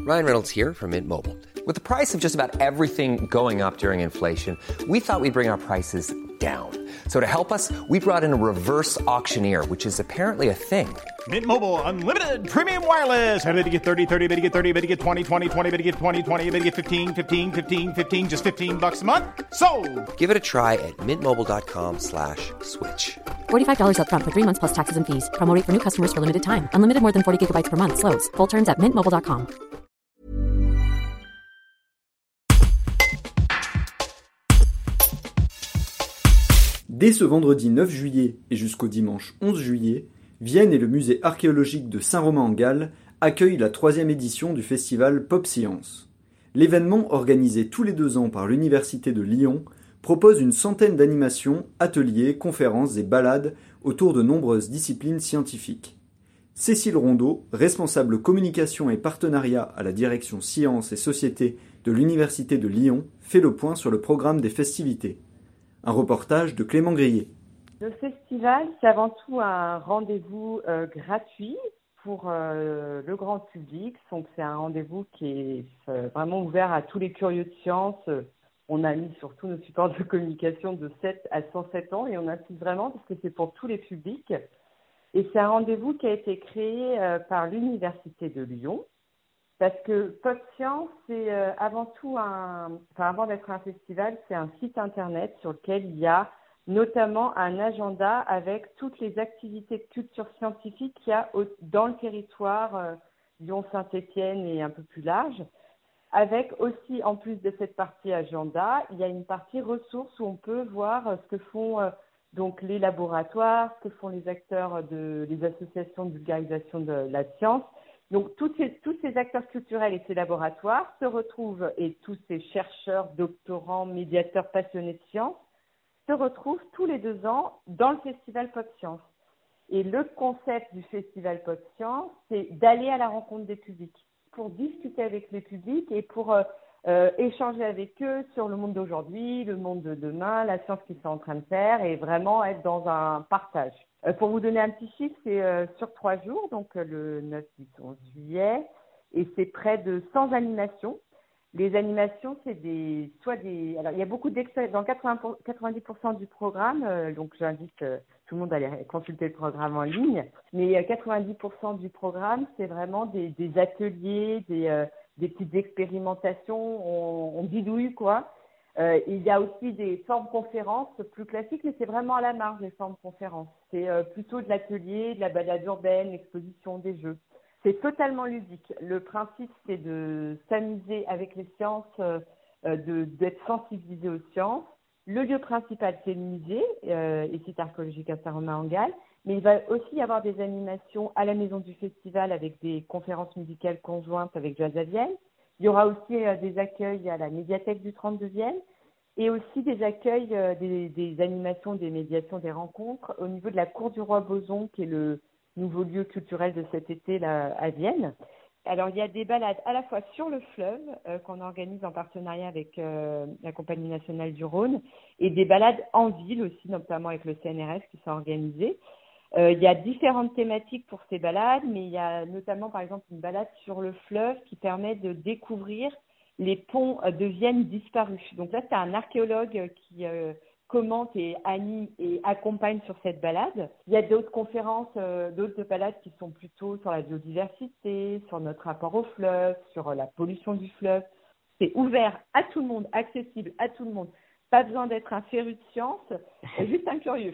Ryan Reynolds here from Mint Mobile. With the price of just about everything going up during inflation, we thought we'd bring our prices down. So to help us, we brought in a reverse auctioneer, which is apparently a thing. Mint Mobile Unlimited Premium Wireless. How to get 30, 30, bit to get 30, bit to get 20, 20, 20, bit to get 20, 20, bit to get 15, 15, 15, 15, just $15 a month? Sold! Give it a try at mintmobile.com/switch. $45 up front for 3 months plus taxes and fees. Promo rate for new customers for limited time. Unlimited more than 40 gigabytes per month. Slows full terms at mintmobile.com. Dès ce vendredi 9 juillet et jusqu'au dimanche 11 juillet, Vienne et le musée archéologique de Saint-Romain-en-Galles accueillent la 3e édition du festival Pop Science. L'événement, organisé tous les 2 ans par l'Université de Lyon, propose une centaine d'animations, ateliers, conférences et balades autour de nombreuses disciplines scientifiques. Cécile Rondeau, responsable communication et partenariat à la direction Sciences et Sociétés de l'Université de Lyon, fait le point sur le programme des festivités. Un reportage de Clément Grillet. Le festival, c'est avant tout un rendez-vous gratuit pour le grand public. Donc, c'est un rendez-vous qui est vraiment ouvert à tous les curieux de sciences. On a mis sur tous nos supports de communication de 7 à 107 ans et on insiste vraiment parce que c'est pour tous les publics. Et c'est un rendez-vous qui a été créé par l'Université de Lyon. Parce que Pop Science, c'est avant d'être un festival, c'est un site internet sur lequel il y a notamment un agenda avec toutes les activités de culture scientifique qu'il y a dans le territoire Lyon-Saint-Étienne et un peu plus large. Avec aussi, en plus de cette partie agenda, il y a une partie ressources où on peut voir ce que font donc les laboratoires, ce que font les acteurs les associations de vulgarisation de la science. Donc, tous ces acteurs culturels et ces laboratoires se retrouvent, et tous ces chercheurs, doctorants, médiateurs passionnés de sciences, se retrouvent tous les 2 ans dans le festival Pop Science. Et le concept du festival Pop Science, c'est d'aller à la rencontre des publics, pour discuter avec les publics et pour échanger avec eux sur le monde d'aujourd'hui, le monde de demain, la science qu'ils sont en train de faire, et vraiment être dans un partage. Pour vous donner un petit chiffre, c'est sur 3 jours, donc le 9, 10, 11 juillet, et c'est près de 100 animations. Les animations, c'est alors il y a beaucoup d'expériences, dans 90% du programme, donc j'invite tout le monde à aller consulter le programme en ligne, mais 90% du programme, c'est vraiment des ateliers, des petites expérimentations, on bidouille quoi. Il y a aussi des formes conférences plus classiques, mais c'est vraiment à la marge des formes conférences. C'est plutôt de l'atelier, de la balade urbaine, l'exposition, des jeux. C'est totalement ludique. Le principe, c'est de s'amuser avec les sciences, d'être sensibilisé aux sciences. Le lieu principal, c'est le musée, et site archéologique à Saint-Romain-en-Galles. Mais il va aussi y avoir des animations à la maison du festival avec des conférences musicales conjointes avec Jazz à Vienne. Il y aura aussi des accueils à la médiathèque du 30 de Vienne et aussi des accueils, des animations, des médiations, des rencontres au niveau de la Cour du Roi Boson, qui est le nouveau lieu culturel de cet été là, à Vienne. Alors, il y a des balades à la fois sur le fleuve qu'on organise en partenariat avec la Compagnie nationale du Rhône et des balades en ville aussi, notamment avec le CNRS qui sont organisées. Il y a différentes thématiques pour ces balades, mais il y a notamment, par exemple, une balade sur le fleuve qui permet de découvrir les ponts de Vienne disparus. Donc là, c'est un archéologue qui commente et anime et accompagne sur cette balade. Il y a d'autres conférences, d'autres balades qui sont plutôt sur la biodiversité, sur notre rapport au fleuve, sur la pollution du fleuve. C'est ouvert à tout le monde, accessible à tout le monde. Pas besoin d'être un féru de science, juste un curieux.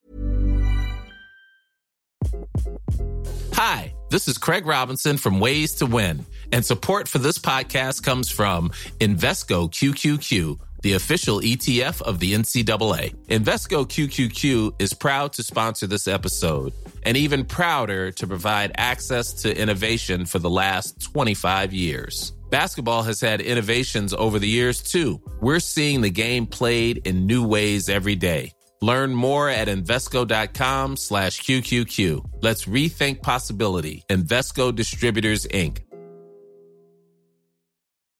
Hi, this is Craig Robinson from Ways to Win, and support for this podcast comes from Invesco QQQ, the official ETF of the NCAA. Invesco QQQ is proud to sponsor this episode, and even prouder to provide access to innovation for the last 25 years. Basketball has had innovations over the years, too. We're seeing the game played in new ways every day. Learn more at Invesco.com/QQQ. Let's rethink possibility. Invesco Distributors, Inc.